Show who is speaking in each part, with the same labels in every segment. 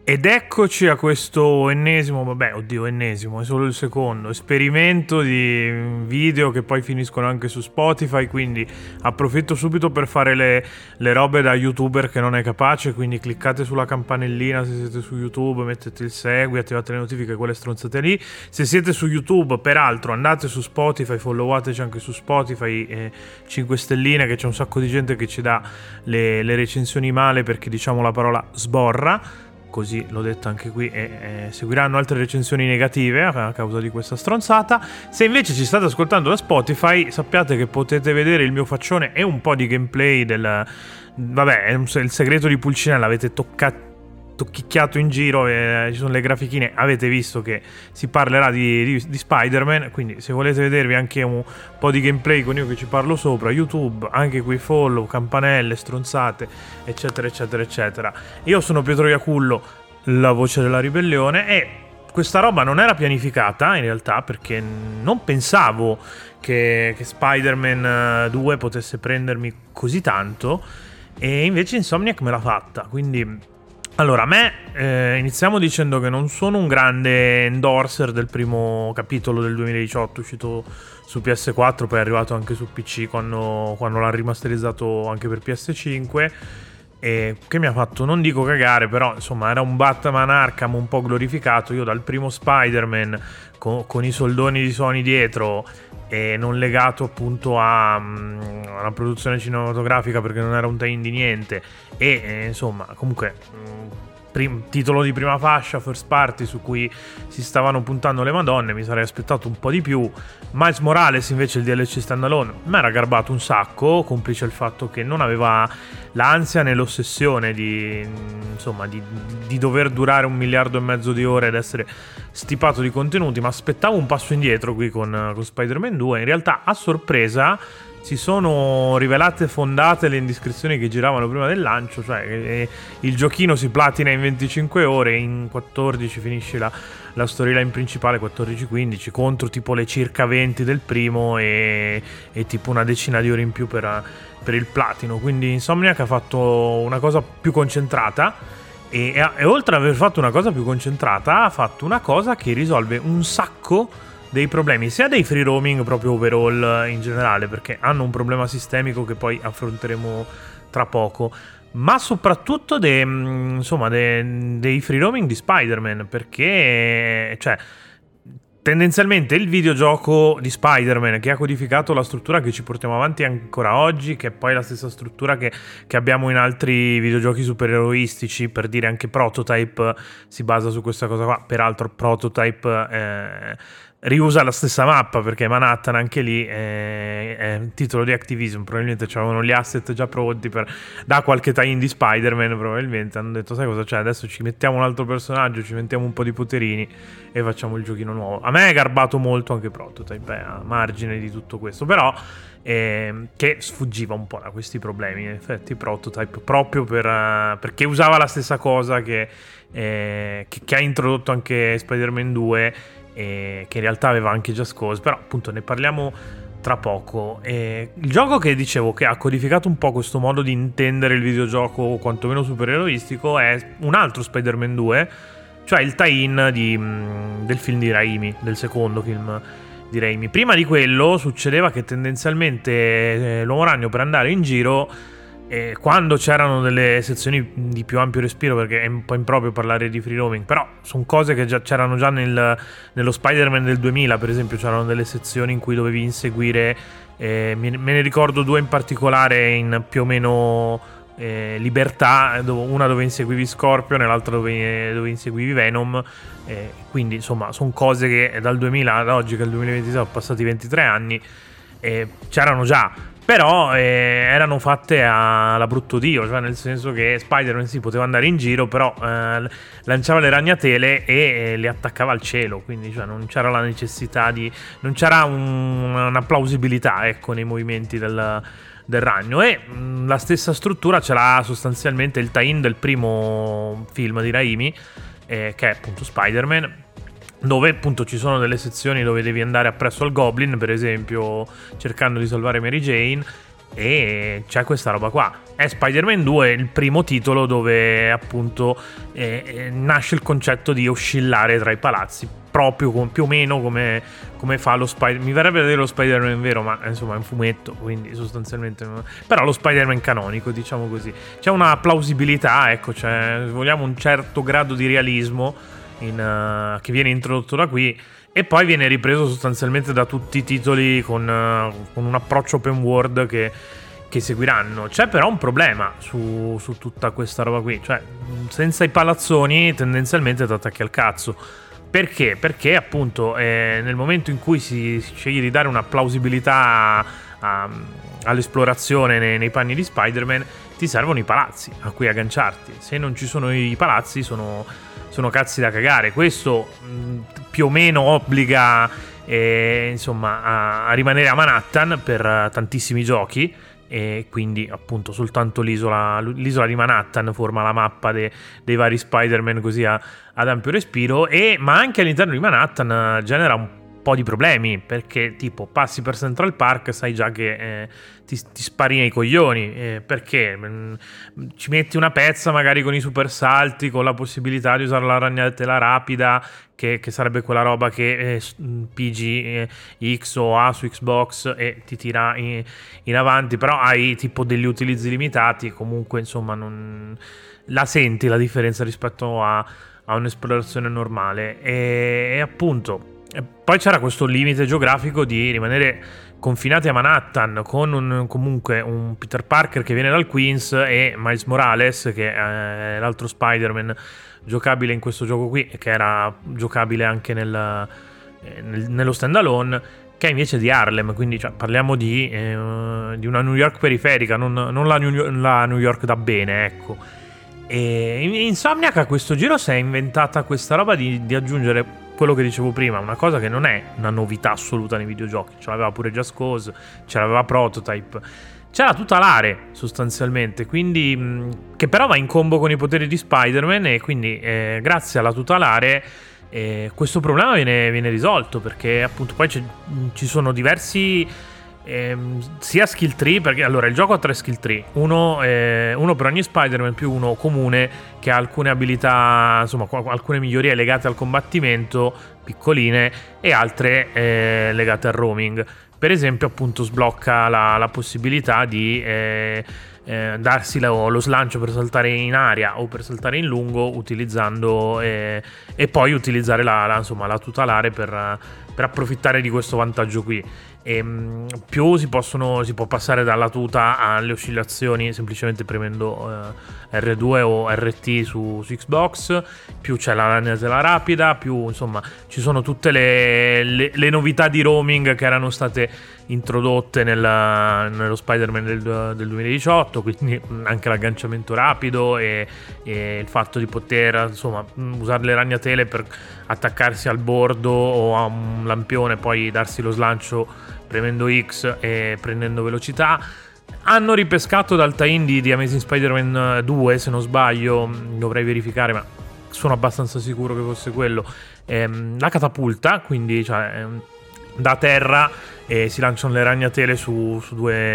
Speaker 1: Ed eccoci a questo ennesimo, ennesimo, è solo il secondo esperimento di video che poi finiscono anche su Spotify, quindi approfitto subito per fare le robe da youtuber che non è capace, quindi cliccate sulla campanellina se siete su YouTube, mettete il segui, attivate le notifiche, quelle stronzate lì. Se siete su YouTube, peraltro, andate su Spotify, followateci anche su Spotify, 5 stelline, che c'è un sacco di gente che ci dà le recensioni male perché diciamo la parola sborra. Così l'ho detto anche qui, e seguiranno altre recensioni negative a causa di questa stronzata. Se invece ci state ascoltando da Spotify, sappiate che potete vedere il mio faccione e un po' di gameplay del... Vabbè, è il segreto di Pulcinella, avete tocchicchiato in giro, ci sono le grafichine, avete visto che si parlerà di Spider-Man, quindi se volete vedervi anche un po' di gameplay con io che ci parlo sopra, YouTube, anche qui follow, campanelle, stronzate, eccetera eccetera eccetera. Io sono Pietro Iacullo, la voce della ribellione, e questa roba non era pianificata in realtà, perché non pensavo che Spider-Man 2 potesse prendermi così tanto, e invece Insomniac me l'ha fatta, quindi... Allora, a me iniziamo dicendo che non sono un grande endorser del primo capitolo del 2018 uscito su PS4, poi è arrivato anche su PC quando l'hanno rimasterizzato anche per PS5, e che mi ha fatto, non dico cagare, però insomma era un Batman Arkham un po' glorificato. Io dal primo Spider-Man con i soldoni di Sony dietro e non legato appunto a una produzione cinematografica, perché non era un tie-in di niente, e insomma comunque titolo di prima fascia, first party, su cui si stavano puntando le madonne, mi sarei aspettato un po' di più. Miles Morales invece, il DLC standalone, mi era garbato un sacco, complice il fatto che non aveva l'ansia né l'ossessione di dover durare 1,5 miliardi di ore ed essere stipato di contenuti, ma aspettavo un passo indietro qui con Spider-Man 2. In realtà, a sorpresa, si sono rivelate fondate le indiscrezioni che giravano prima del lancio, cioè il giochino si platina in 25 ore, in 14 finisce la storyline principale, 14-15, contro tipo le circa 20 del primo e tipo una decina di ore in più per il platino. Quindi Insomniac ha fatto una cosa più concentrata, e oltre ad aver fatto una cosa più concentrata, ha fatto una cosa che risolve un sacco dei problemi, sia dei free roaming proprio overall in generale, perché hanno un problema sistemico che poi affronteremo tra poco, ma soprattutto dei free roaming di Spider-Man, perché cioè tendenzialmente il videogioco di Spider-Man, che ha codificato la struttura che ci portiamo avanti ancora oggi, che è poi la stessa struttura che abbiamo in altri videogiochi supereroistici, per dire anche Prototype si basa su questa cosa qua. Peraltro Prototype riusa la stessa mappa, perché Manhattan anche lì è un titolo di Activision, probabilmente c'avevano gli asset già pronti da qualche tie-in di Spider-Man, probabilmente hanno detto sai cosa c'è, adesso ci mettiamo un altro personaggio, ci mettiamo un po' di poterini e facciamo il giochino nuovo. A me è garbato molto anche Prototype, a margine di tutto questo, però che sfuggiva un po' da questi problemi in effetti Prototype, proprio perché usava la stessa cosa che ha introdotto anche Spider-Man 2, che in realtà aveva anche Just Cause, però appunto ne parliamo tra poco. Il gioco che dicevo che ha codificato un po' questo modo di intendere il videogioco quantomeno supereroistico è un altro Spider-Man 2, cioè il tie-in del film di Raimi, del secondo film di Raimi. Prima di quello succedeva che tendenzialmente l'Uomo Ragno, per andare in giro, quando c'erano delle sezioni di più ampio respiro, perché è un po' improprio parlare di free roaming, però sono cose che c'erano già nello Spider-Man del 2000, per esempio c'erano delle sezioni in cui dovevi inseguire, me ne ricordo due in particolare in più o meno libertà, una dove inseguivi Scorpion e l'altra dove inseguivi Venom, quindi insomma sono cose che dal 2000 ad oggi, che è il 2026, sono passati 23 anni, c'erano già. Però erano fatte alla brutto dio, cioè nel senso che Spider-Man si poteva andare in giro, però lanciava le ragnatele e le attaccava al cielo, quindi cioè, non c'era la necessità non c'era una plausibilità, ecco, nei movimenti del ragno. E la stessa struttura ce l'ha sostanzialmente il tie-in del primo film di Raimi, che è appunto Spider-Man, dove appunto ci sono delle sezioni dove devi andare appresso al Goblin, per esempio, cercando di salvare Mary Jane, e c'è questa roba qua. È Spider-Man 2 il primo titolo dove appunto nasce il concetto di oscillare tra i palazzi, proprio più o meno come fa lo Spider-Man. Mi verrebbe a dire lo Spider-Man vero, ma insomma è un fumetto, quindi sostanzialmente però lo Spider-Man canonico, diciamo così. C'è una plausibilità, ecco, c'è, se vogliamo, un certo grado di realismo che viene introdotto da qui, e poi viene ripreso sostanzialmente da tutti i titoli con un approccio open world che seguiranno. C'è però un problema su tutta questa roba qui, cioè senza i palazzoni tendenzialmente ti attacchi al cazzo. Perché? Perché appunto nel momento in cui si sceglie di dare una plausibilità all'esplorazione nei panni di Spider-Man, ti servono i palazzi a cui agganciarti. Se non ci sono i palazzi sono cazzi da cagare. Questo più o meno obbliga insomma a rimanere a Manhattan per tantissimi giochi, e quindi appunto soltanto l'isola di Manhattan forma la mappa dei vari Spider-Man, così ad ampio respiro, ma anche all'interno di Manhattan genera un po' di problemi, perché tipo passi per Central Park, sai già che ti spari nei coglioni, perché ci metti una pezza magari con i super salti, con la possibilità di usare la ragnatela rapida, che sarebbe quella roba che PG X o A su Xbox e ti tira in avanti, però hai tipo degli utilizzi limitati, comunque insomma non la senti la differenza rispetto a un'esplorazione normale, e appunto poi c'era questo limite geografico di rimanere confinati a Manhattan con comunque un Peter Parker che viene dal Queens e Miles Morales, che è l'altro Spider-Man giocabile in questo gioco qui, che era giocabile anche nello standalone, che è invece di Harlem, quindi cioè, parliamo di una New York periferica, non la New York da bene, ecco. E Insomniac a questo giro si è inventata questa roba di aggiungere quello che dicevo prima, una cosa che non è una novità assoluta nei videogiochi. Ce l'aveva pure Just Cause, ce l'aveva Prototype, c'era tutelare sostanzialmente, quindi che però va in combo con i poteri di Spider-Man, e quindi grazie alla tutelare questo problema viene risolto, perché appunto poi ci sono diversi sia skill tree, perché allora il gioco ha 3 skill tree, uno per ogni Spider-Man più uno comune che ha alcune abilità, insomma alcune migliorie legate al combattimento piccoline, e altre legate al roaming. Per esempio appunto sblocca la possibilità di darsi lo slancio per saltare in aria o per saltare in lungo, utilizzando e poi utilizzare la tutelare per approfittare di questo vantaggio qui. Più si può passare dalla tuta alle oscillazioni semplicemente premendo R2 o RT su Xbox, più c'è la ragnatela rapida, più insomma ci sono tutte le novità di roaming che erano state introdotte nello Spider-Man del 2018, quindi anche l'agganciamento rapido e il fatto di poter insomma usare le ragnatele per attaccarsi al bordo o a un lampione, poi darsi lo slancio premendo X e prendendo velocità. Hanno ripescato dal tie-in di Amazing Spider-Man 2, se non sbaglio, dovrei verificare, ma sono abbastanza sicuro che fosse quello, la catapulta, quindi cioè, da terra si lanciano le ragnatele su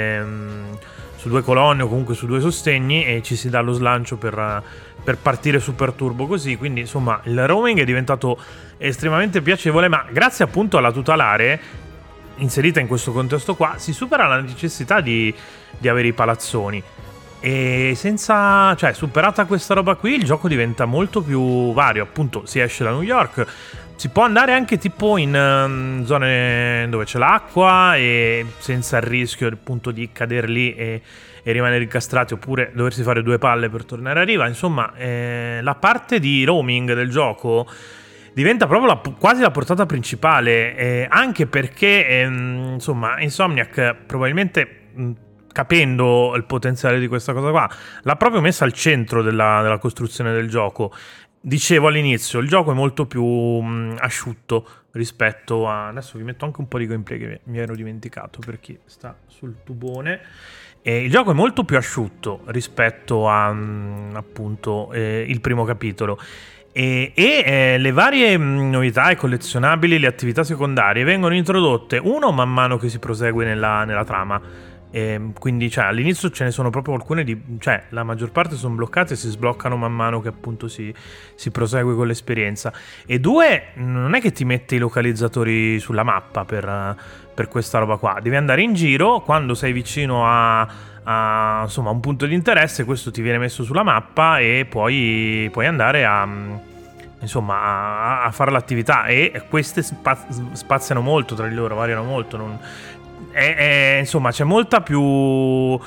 Speaker 1: due colonne o comunque su 2 sostegni, e ci si dà lo slancio per partire super turbo così. Quindi insomma il roaming è diventato estremamente piacevole, ma grazie appunto alla tutelare inserita in questo contesto qua si supera la necessità di avere i palazzoni, e cioè superata questa roba qui il gioco diventa molto più vario. Appunto si esce da New York, si può andare anche tipo in zone dove c'è l'acqua e senza il rischio appunto di cadere lì e rimanere incastrati, oppure doversi fare 2 palle per tornare a riva. Insomma la parte di roaming del gioco diventa proprio quasi la portata principale, anche perché insomma Insomniac probabilmente capendo il potenziale di questa cosa qua l'ha proprio messa al centro della costruzione del gioco. Dicevo all'inizio, il gioco è molto più asciutto rispetto a... Adesso vi metto anche un po' di gameplay che mi ero dimenticato per chi sta sul tubone. Il gioco è molto più asciutto rispetto a appunto il primo capitolo. E le varie novità e collezionabili, le attività secondarie vengono introdotte man mano che si prosegue nella trama. Quindi cioè, all'inizio ce ne sono proprio alcune cioè la maggior parte sono bloccate e si sbloccano man mano che appunto si prosegue con l'esperienza. E due, non è che ti mette i localizzatori sulla mappa per questa roba qua, devi andare in giro quando sei vicino a insomma un punto di interesse, questo ti viene messo sulla mappa e puoi andare a fare l'attività, e queste spaziano molto tra di loro, variano molto, insomma c'è molta più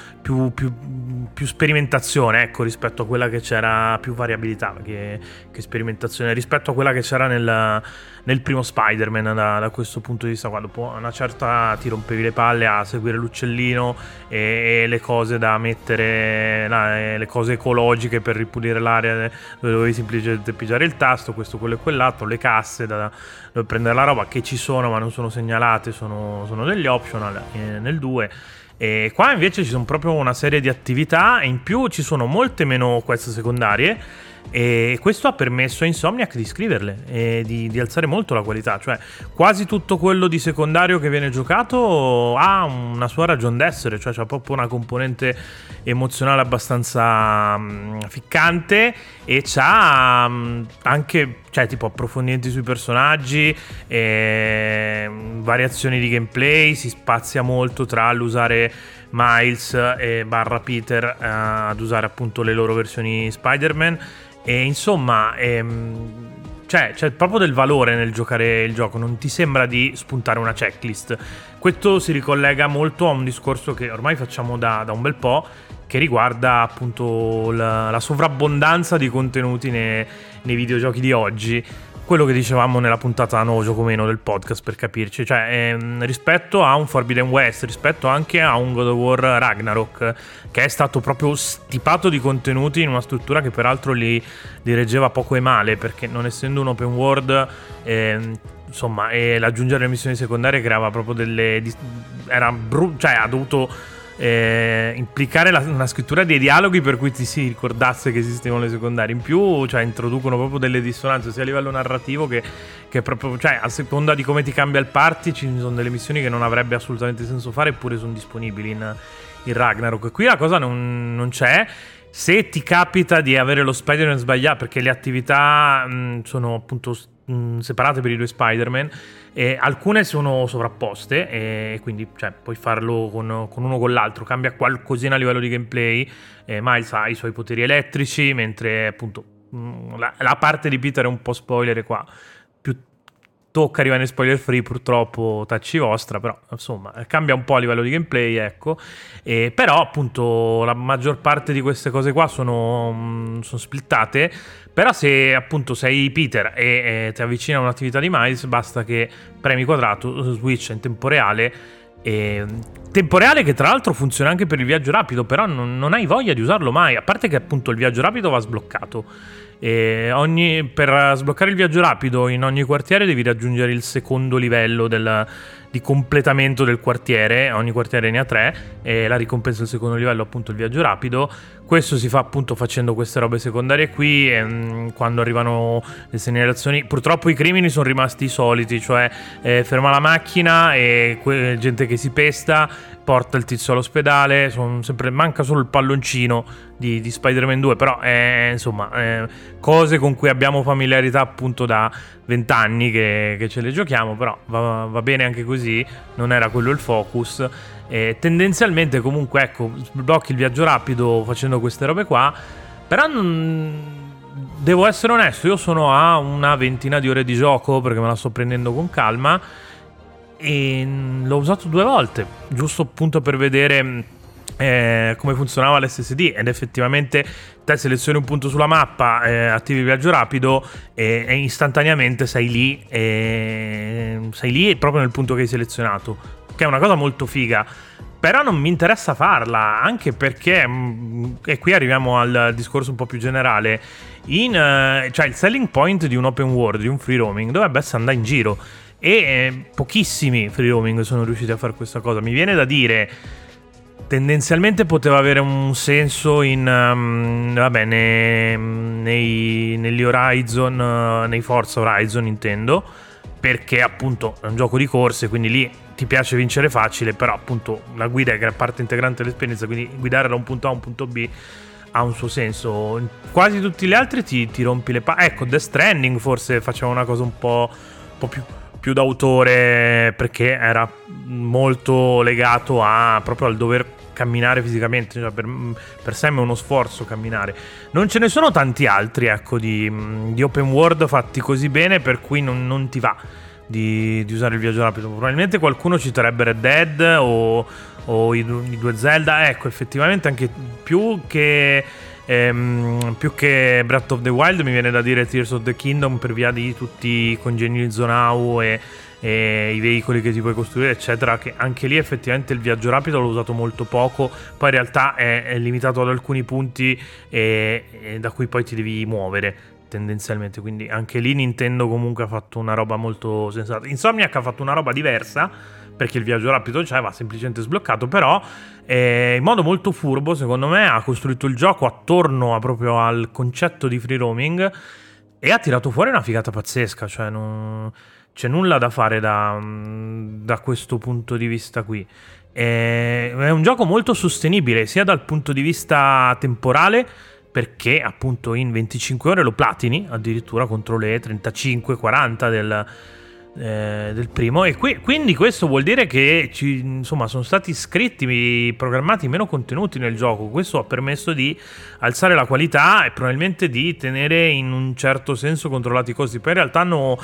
Speaker 1: sperimentazione, ecco, rispetto a quella che c'era, più variabilità che sperimentazione rispetto a quella che c'era nel primo Spider-Man, da questo punto di vista qua. Dopo una certa ti rompevi le palle a seguire l'uccellino e le cose da mettere, le cose ecologiche per ripulire l'area, dove dovevi semplicemente pigiare il tasto, questo, quello e quell'altro, le casse dove prendere la roba, che ci sono ma non sono segnalate, sono degli optional nel 2. E qua invece ci sono proprio una serie di attività, e in più ci sono molte meno quest secondarie, e questo ha permesso a Insomniac di scriverle e di alzare molto la qualità. Cioè quasi tutto quello di secondario che viene giocato ha una sua ragion d'essere, cioè c'è proprio una componente emozionale abbastanza ficcante, e c'ha anche, cioè, tipo approfondimenti sui personaggi, variazioni di gameplay, si spazia molto tra l'usare Miles e barra Peter ad usare appunto le loro versioni Spider-Man, e insomma c'è proprio del valore nel giocare il gioco, non ti sembra di spuntare una checklist. Questo si ricollega molto a un discorso che ormai facciamo da un bel po', che riguarda appunto la sovrabbondanza di contenuti nei videogiochi di oggi. Quello che dicevamo nella puntata Nuovo Gioco Meno del podcast, per capirci, cioè rispetto a un Forbidden West, rispetto anche a un God of War Ragnarok, che è stato proprio stipato di contenuti in una struttura che peraltro li reggeva poco e male, perché non essendo un open world, insomma, e l'aggiungere le missioni secondarie creava proprio cioè ha dovuto implicare una scrittura dei dialoghi per cui ti si ricordasse che esistevano le secondarie. In più, cioè, introducono proprio delle dissonanze sia a livello narrativo che proprio, cioè, a seconda di come ti cambia il party, ci sono delle missioni che non avrebbe assolutamente senso fare, eppure sono disponibili in Ragnarok. Qui la cosa non c'è. Se ti capita di avere lo Spider-Man sbagliato, perché le attività sono appunto separate per i due Spider-Man, e alcune sono sovrapposte, e quindi, cioè, puoi farlo con uno o con l'altro, cambia qualcosina a livello di gameplay. Miles ha i suoi poteri elettrici, mentre appunto la parte di Peter è un po' spoiler, e qua più tocca arrivare in spoiler free, purtroppo, tacci vostra, però insomma cambia un po' a livello di gameplay, ecco. Però appunto la maggior parte di queste cose qua sono splittate. Però se appunto sei Peter e ti avvicina a un'attività di Miles, basta che premi quadrato, switch in tempo reale, che tra l'altro funziona anche per il viaggio rapido, però non hai voglia di usarlo mai, a parte che appunto il viaggio rapido va sbloccato. Per sbloccare il viaggio rapido in ogni quartiere devi raggiungere il secondo livello di completamento del quartiere. Ogni quartiere ne ha 3, e la ricompensa del secondo livello appunto il viaggio rapido. Questo si fa appunto facendo queste robe secondarie qui, quando arrivano le segnalazioni. Purtroppo i crimini sono rimasti i soliti, cioè ferma la macchina e gente che si pesta, porta il tizio all'ospedale, manca solo il palloncino di Spider-Man 2, però insomma cose con cui abbiamo familiarità appunto da 20 anni che ce le giochiamo, però va bene anche così, non era quello il focus. Tendenzialmente comunque, ecco, sblocchi il viaggio rapido facendo queste robe qua, però devo essere onesto, io sono a una ventina di ore di gioco, perché me la sto prendendo con calma, e l'ho usato 2 volte, giusto appunto per vedere come funzionava l'SSD, ed effettivamente te selezioni un punto sulla mappa, attivi il viaggio rapido e istantaneamente sei lì proprio nel punto che hai selezionato, che è una cosa molto figa. Però non mi interessa farla, anche perché, e qui arriviamo al discorso un po' più generale, cioè il selling point di un open world, di un free roaming, dovrebbe essere andare in giro, e pochissimi free roaming sono riusciti a fare questa cosa. Mi viene da dire, tendenzialmente poteva avere un senso negli Horizon, nei Forza Horizon intendo, perché appunto è un gioco di corse, quindi lì ti piace vincere facile, però appunto la guida è parte integrante dell'esperienza, quindi guidare da un punto A a un punto B ha un suo senso. Quasi tutti gli altri ti rompi le palle. Ecco, Death Stranding forse faceva una cosa un po' più d'autore, perché era molto legato proprio al dover camminare fisicamente, cioè per Sam è uno sforzo camminare. Non ce ne sono tanti altri, ecco, di open world fatti così bene per cui non ti va di usare il viaggio rapido. Probabilmente qualcuno citerebbe Red Dead o i due Zelda. Ecco, effettivamente anche più che Breath of the Wild mi viene da dire Tears of the Kingdom, per via di tutti i congegni di Zonao e i veicoli che ti puoi costruire eccetera, che anche lì effettivamente il viaggio rapido l'ho usato molto poco, poi in realtà è limitato ad alcuni punti e da cui poi ti devi muovere tendenzialmente, quindi anche lì Nintendo comunque ha fatto una roba molto sensata. Insomniac ha fatto una roba diversa, perché il viaggio rapido va semplicemente sbloccato, però in modo molto furbo secondo me ha costruito il gioco attorno proprio al concetto di free roaming e ha tirato fuori una figata pazzesca, cioè non c'è nulla da fare da questo punto di vista qui. È un gioco molto sostenibile sia dal punto di vista temporale, perché appunto in 25 ore lo platini addirittura contro le 35-40 del primo, e quindi questo vuol dire che insomma sono stati scritti, programmati meno contenuti nel gioco. Questo ha permesso di alzare la qualità e probabilmente di tenere in un certo senso controllati i costi. Poi in realtà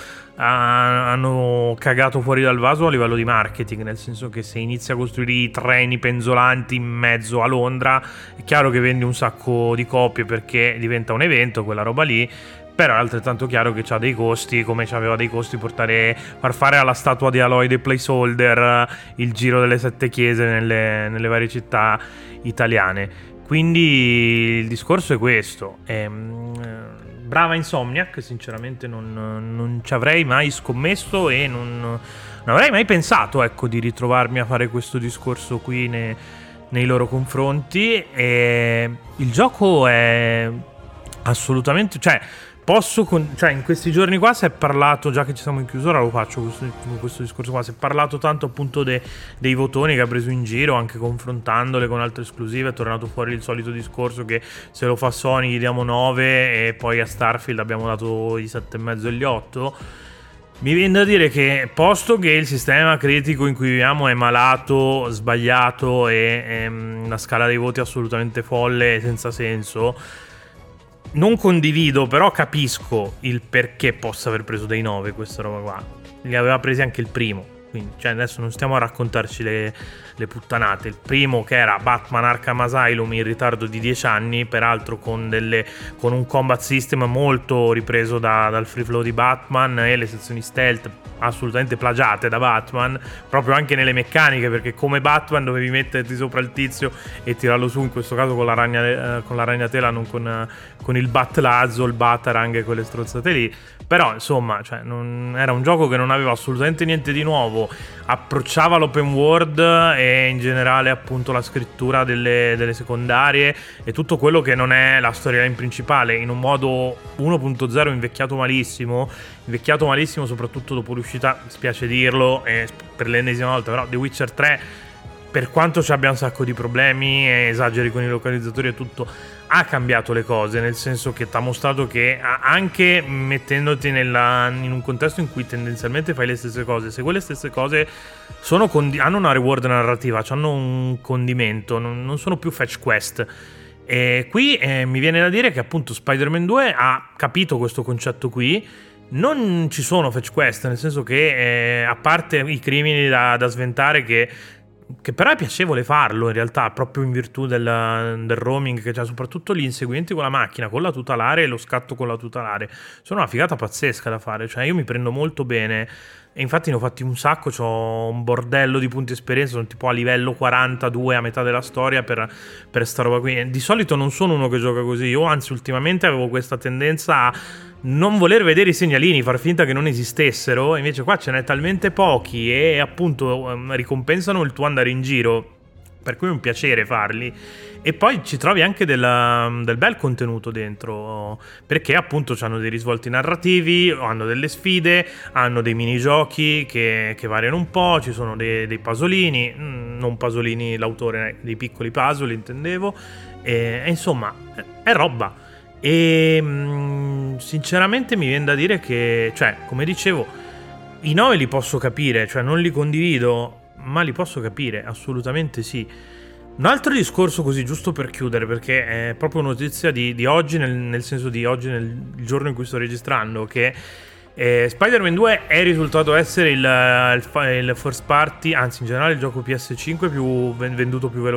Speaker 1: hanno cagato fuori dal vaso a livello di marketing, nel senso che se inizi a costruire i treni penzolanti in mezzo a Londra è chiaro che vendi un sacco di copie, perché diventa un evento quella roba lì. Però è altrettanto chiaro che c'ha dei costi, come c'aveva dei costi far fare alla statua di Aloy dei placeholder il giro delle 7 chiese nelle varie città italiane. Quindi il discorso è questo. Brava Insomniac, sinceramente non ci avrei mai scommesso e non avrei mai pensato, ecco, di ritrovarmi a fare questo discorso qui nei loro confronti. E il gioco è assolutamente... in questi giorni qua si è parlato, già che ci siamo in chiusura lo faccio questo discorso qua, si è parlato tanto appunto dei votoni che ha preso in giro, anche confrontandole con altre esclusive. È tornato fuori il solito discorso che se lo fa Sony gli diamo 9 e poi a Starfield abbiamo dato gli 7,5 e gli 8. Mi viene da dire che, posto che il sistema critico in cui viviamo è malato, sbagliato e una scala dei voti assolutamente folle e senza senso, non condivido, però capisco il perché possa aver preso dei 9 questa roba qua. Li aveva presi anche il primo, quindi adesso non stiamo a raccontarci le puttanate. Il primo, che era Batman Arkham Asylum, in ritardo di 10 anni, peraltro con un combat system molto ripreso dal free flow di Batman e le sezioni stealth assolutamente plagiate da Batman, proprio anche nelle meccaniche, perché come Batman dovevi metterti sopra il tizio e tirarlo su, in questo caso con la ragnatela, non con il Batlazzo, il Batarang e quelle strozzate lì. Però insomma, era un gioco che non aveva assolutamente niente di nuovo, approcciava l'open world e in generale appunto la scrittura delle secondarie e tutto quello che non è la storyline principale in un modo 1.0 invecchiato malissimo soprattutto dopo l'uscita, spiace dirlo per l'ennesima volta, però The Witcher 3, per quanto ci abbia un sacco di problemi e esageri con i localizzatori e tutto, ha cambiato le cose, nel senso che ti ha mostrato che anche mettendoti in un contesto in cui tendenzialmente fai le stesse cose, se quelle stesse cose hanno una reward narrativa, hanno un condimento, non sono più fetch quest. E qui mi viene da dire che appunto Spider-Man 2 ha capito questo concetto qui. Non ci sono fetch quest, nel senso che a parte i crimini da sventare, che però è piacevole farlo in realtà, proprio in virtù del roaming, che c'ha soprattutto gli inseguimenti con la macchina, con la tutelare e lo scatto con la tutelare, sono una figata pazzesca da fare, io mi prendo molto bene. E infatti ne ho fatti un sacco, c'ho un bordello di punti esperienza, sono tipo a livello 42 a metà della storia per sta roba qui. E di solito non sono uno che gioca così, io anzi ultimamente avevo questa tendenza a non voler vedere i segnalini, far finta che non esistessero, invece qua ce n'è talmente pochi e appunto ricompensano il tuo andare in giro per cui è un piacere farli. E poi ci trovi anche del bel contenuto dentro, perché appunto hanno dei risvolti narrativi, hanno delle sfide, hanno dei minigiochi che variano un po', ci sono dei puzzolini, non puzzolini l'autore, dei piccoli puzzle intendevo, e insomma è roba. E sinceramente mi viene da dire che, cioè, come dicevo, i 9 li posso capire, cioè non li condivido, ma li posso capire, assolutamente sì. Un altro discorso così, giusto per chiudere, perché è proprio notizia di oggi, nel senso di oggi, nel giorno in cui sto registrando, che Spider-Man 2 è risultato essere il first party, anzi in generale il gioco PS5 venduto più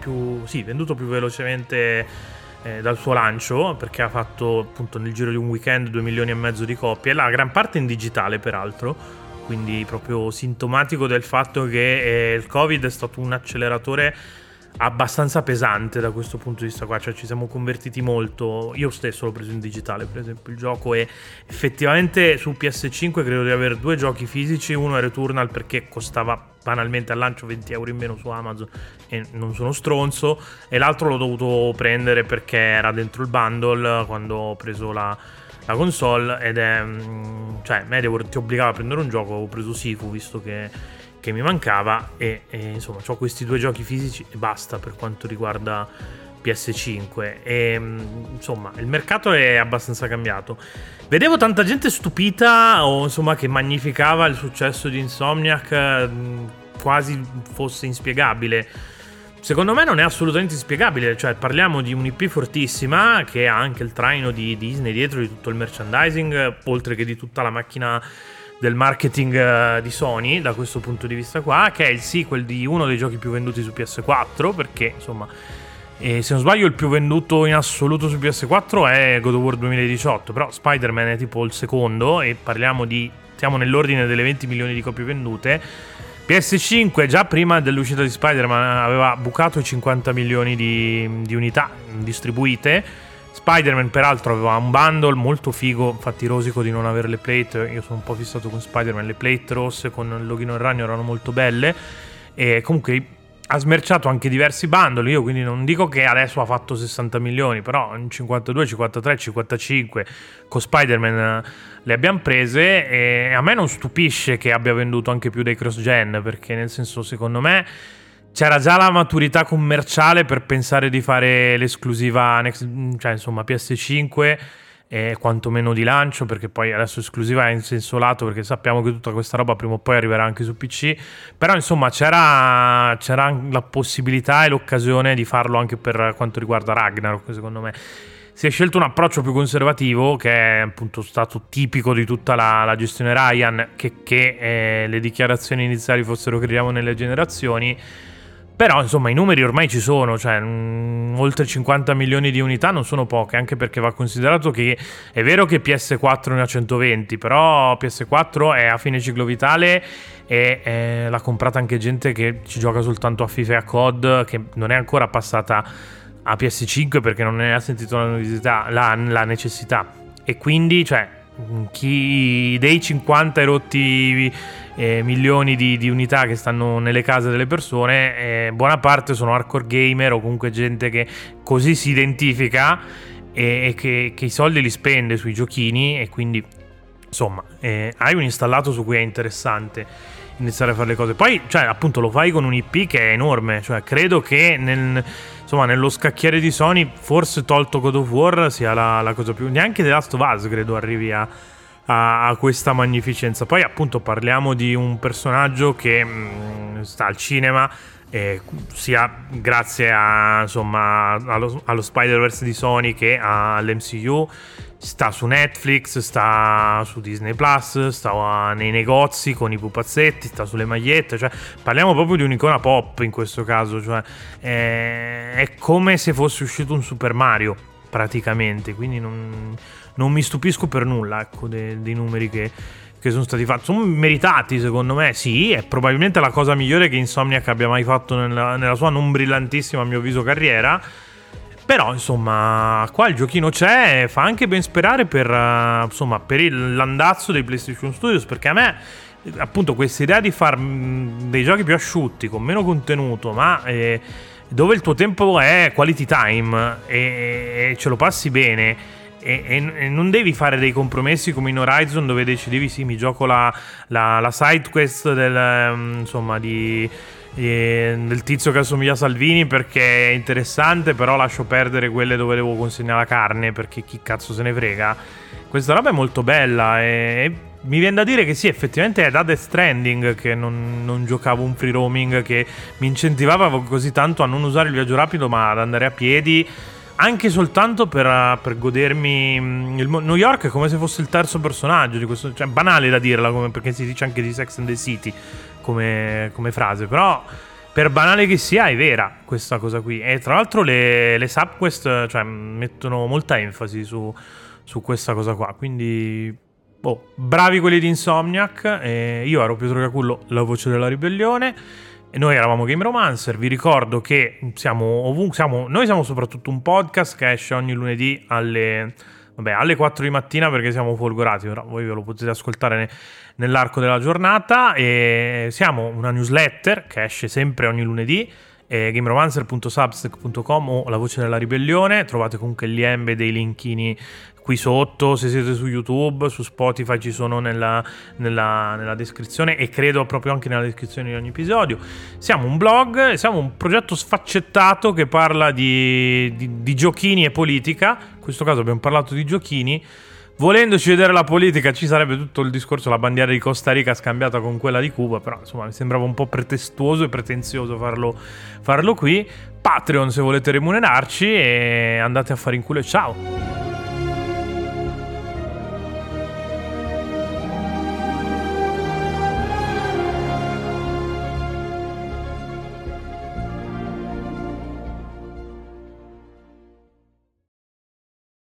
Speaker 1: velocemente dal suo lancio, perché ha fatto appunto nel giro di un weekend 2,5 milioni di copie, la gran parte in digitale peraltro, quindi proprio sintomatico del fatto che il Covid è stato un acceleratore abbastanza pesante da questo punto di vista qua, cioè ci siamo convertiti molto. Io stesso l'ho preso in digitale per esempio il gioco, e effettivamente su PS5 credo di avere 2 giochi fisici. Uno è Returnal perché costava banalmente al lancio 20 euro in meno su Amazon e non sono stronzo, e l'altro l'ho dovuto prendere perché era dentro il bundle quando ho preso la console, ed è cioè MediaWorld ti obbligava a prendere un gioco. Ho preso Sifu visto che mi mancava, e insomma ho questi 2 giochi fisici e basta per quanto riguarda PS5. E insomma il mercato è abbastanza cambiato. Vedevo tanta gente stupita o insomma che magnificava il successo di Insomniac, quasi fosse inspiegabile. Secondo me non è assolutamente inspiegabile, cioè parliamo di un'IP fortissima che ha anche il traino di Disney dietro, di tutto il merchandising, oltre che di tutta la macchina del marketing di Sony, da questo punto di vista qua, che è il sequel di uno dei giochi più venduti su PS4, perché insomma se non sbaglio il più venduto in assoluto su PS4 è God of War 2018, però Spider-Man è tipo il secondo, e siamo nell'ordine delle 20 milioni di copie vendute. PS5 già prima dell'uscita di Spider-Man aveva bucato i 50 milioni di unità distribuite. Spider-Man peraltro aveva un bundle molto figo, infatti rosico di non avere le plate, io sono un po' fissato con Spider-Man, le plate rosse con il loghino in ragno erano molto belle, e comunque ha smerciato anche diversi bundle. Io quindi non dico che adesso ha fatto 60 milioni, però in 52, 53, 55 con Spider-Man le abbiamo prese, e a me non stupisce che abbia venduto anche più dei cross-gen, perché nel senso secondo me c'era già la maturità commerciale per pensare di fare l'esclusiva cioè insomma PS5, quantomeno di lancio, perché poi adesso esclusiva è in senso lato, perché sappiamo che tutta questa roba prima o poi arriverà anche su PC, però insomma c'era la possibilità e l'occasione di farlo anche per quanto riguarda Ragnarok. Secondo me si è scelto un approccio più conservativo, che è appunto stato tipico di tutta la gestione Ryan, che le dichiarazioni iniziali fossero crediamo nelle generazioni. Però insomma i numeri ormai ci sono, cioè oltre 50 milioni di unità non sono poche, anche perché va considerato che è vero che PS4 ne ha 120, però PS4 è a fine ciclo vitale, e l'ha comprata anche gente che ci gioca soltanto a FIFA e a COD, che non è ancora passata a PS5 perché non ne ha sentito la necessità. E quindi cioè chi dei 50 erotti milioni di unità che stanno nelle case delle persone, buona parte sono hardcore gamer o comunque gente che così si identifica e che i soldi li spende sui giochini, e quindi insomma hai un installato su cui è interessante iniziare a fare le cose. Poi cioè appunto lo fai con un IP che è enorme, cioè credo che nello scacchiere di Sony, forse tolto God of War, sia la cosa più, neanche The Last of Us credo arrivi a questa magnificenza. Poi appunto parliamo di un personaggio che sta al cinema, sia grazie allo Spider-Verse di Sony che all'MCU, sta su Netflix, sta su Disney Plus, sta nei negozi con i pupazzetti, sta sulle magliette, cioè parliamo proprio di un'icona pop in questo caso, cioè è come se fosse uscito un Super Mario praticamente, quindi non mi stupisco per nulla, ecco, dei numeri che sono stati fatti. Sono meritati secondo me, sì, è probabilmente la cosa migliore che Insomniac abbia mai fatto nella sua non brillantissima a mio avviso carriera. Però insomma qua il giochino c'è, fa anche ben sperare per l'andazzo dei PlayStation Studios, perché a me appunto questa idea di fare dei giochi più asciutti, con meno contenuto, ma dove il tuo tempo è quality time e ce lo passi bene. E non devi fare dei compromessi come in Horizon, dove decidevi sì, mi gioco la side quest del tizio che assomiglia a Salvini perché è interessante, però lascio perdere quelle dove devo consegnare la carne perché chi cazzo se ne frega. Questa roba è molto bella e mi viene da dire che sì, effettivamente è da Death Stranding che non giocavo un free roaming che mi incentivava così tanto a non usare il viaggio rapido ma ad andare a piedi, anche soltanto per godermi New York è come se fosse il terzo personaggio di questo, cioè banale da dirla, perché si dice anche di Sex and the City come frase, però per banale che sia è vera questa cosa qui. E tra l'altro le subquest, cioè, mettono molta enfasi su questa cosa qua, quindi bravi quelli di Insomniac. Io ero Pietro Cacullo, la voce della ribellione, e noi eravamo Gameromancer. Vi ricordo che siamo ovunque, noi siamo soprattutto un podcast che esce ogni lunedì alle 4 di mattina perché siamo folgorati, però voi ve lo potete ascoltare nell'arco della giornata. E siamo una newsletter che esce sempre ogni lunedì, gameromancer.substack.com o La Voce della Ribellione. Trovate comunque gli embe dei linkini qui sotto, se siete su YouTube, su Spotify ci sono nella descrizione, e credo proprio anche nella descrizione di ogni episodio. Siamo un blog, siamo un progetto sfaccettato che parla di giochini e politica. In questo caso abbiamo parlato di giochini. Volendoci vedere la politica ci sarebbe tutto il discorso, la bandiera di Costa Rica scambiata con quella di Cuba, però insomma mi sembrava un po' pretestuoso e pretenzioso farlo qui. Patreon se volete remunerarci, e andate a fare in culo e ciao!